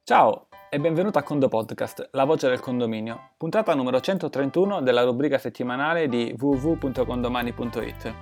Ciao e benvenuto a Condo Podcast, la voce del condominio, puntata numero 131 della rubrica settimanale di www.condomani.it.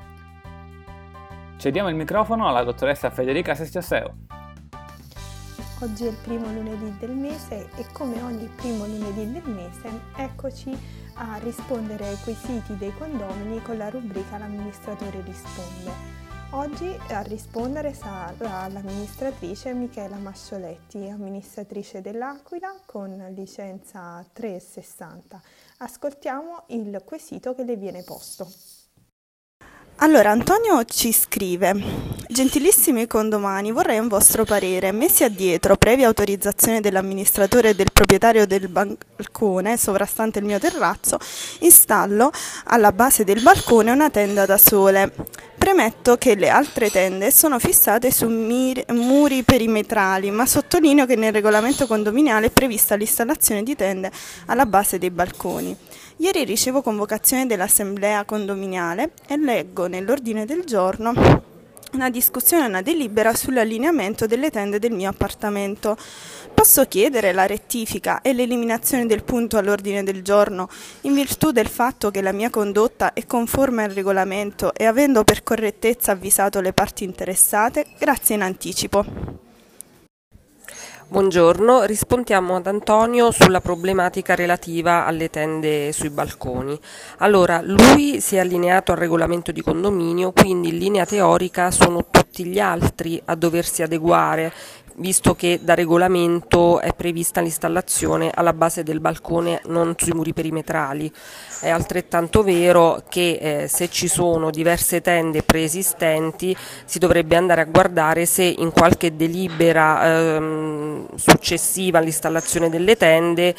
Cediamo il microfono alla dottoressa Federica Sestioseo. Oggi è il primo lunedì del mese e come ogni primo lunedì del mese eccoci a rispondere ai quesiti dei condomini con la rubrica L'amministratore risponde. Oggi a rispondere sarà l'amministratrice Michela Mascioletti, amministratrice dell'Aquila con licenza 360. Ascoltiamo il quesito che le viene posto. Allora, Antonio ci scrive: gentilissimi condomani, vorrei un vostro parere. Mesi addietro, previa autorizzazione dell'amministratore e del proprietario del balcone sovrastante il mio terrazzo, installo alla base del balcone una tenda da sole. Premetto che le altre tende sono fissate su muri perimetrali, ma sottolineo che nel regolamento condominiale è prevista l'installazione di tende alla base dei balconi. Ieri ricevo convocazione dell'assemblea condominiale e leggo nell'ordine del giorno una discussione e una delibera sull'allineamento delle tende del mio appartamento. Posso chiedere la rettifica e l'eliminazione del punto all'ordine del giorno in virtù del fatto che la mia condotta è conforme al regolamento e avendo per correttezza avvisato le parti interessate? Grazie in anticipo. Buongiorno, rispondiamo ad Antonio sulla problematica relativa alle tende sui balconi. Allora, lui si è allineato al regolamento di condominio, quindi in linea teorica sono tutti gli altri a doversi adeguare, visto che da regolamento è prevista l'installazione alla base del balcone, non sui muri perimetrali. È altrettanto vero che se ci sono diverse tende preesistenti si dovrebbe andare a guardare se in qualche delibera successiva all'installazione delle tende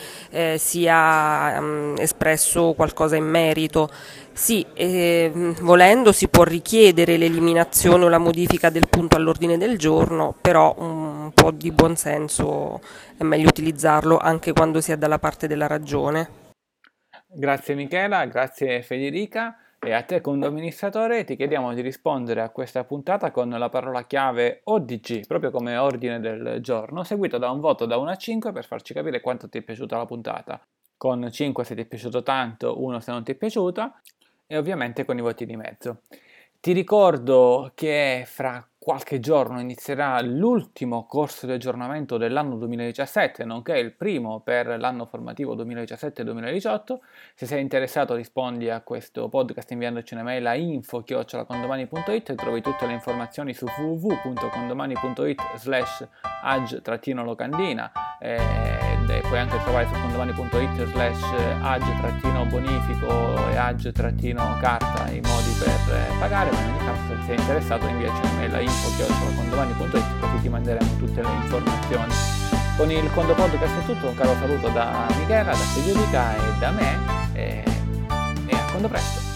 sia espresso qualcosa in merito. Sì, volendo si può richiedere l'eliminazione o la modifica del punto all'ordine del giorno, però un po' di buonsenso è meglio utilizzarlo anche quando si è dalla parte della ragione. Grazie Michela, grazie Federica e a te condoamministratore ti chiediamo di rispondere a questa puntata con la parola chiave ODG, proprio come ordine del giorno, seguito da un voto da 1 a 5 per farci capire quanto ti è piaciuta la puntata. Con 5 se ti è piaciuto tanto, 1 se non ti è piaciuta e ovviamente con i voti di mezzo. Ti ricordo che fra qualche giorno inizierà l'ultimo corso di aggiornamento dell'anno 2017, nonché il primo per l'anno formativo 2017-2018. Se sei interessato rispondi a questo podcast inviandoci una mail a info@condomani.it e trovi tutte le informazioni su www.condomani.it/ag-locandina e puoi anche trovare su condomani.it/ag-bonifico e ag-carta i modi per pagare, ma in ogni caso se sei interessato inviaci una mail a info@condomani.it così ti manderemo tutte le informazioni. Con il Condo Podcast è tutto, un caro saluto da Michela, da Federica e da me e a quando presto.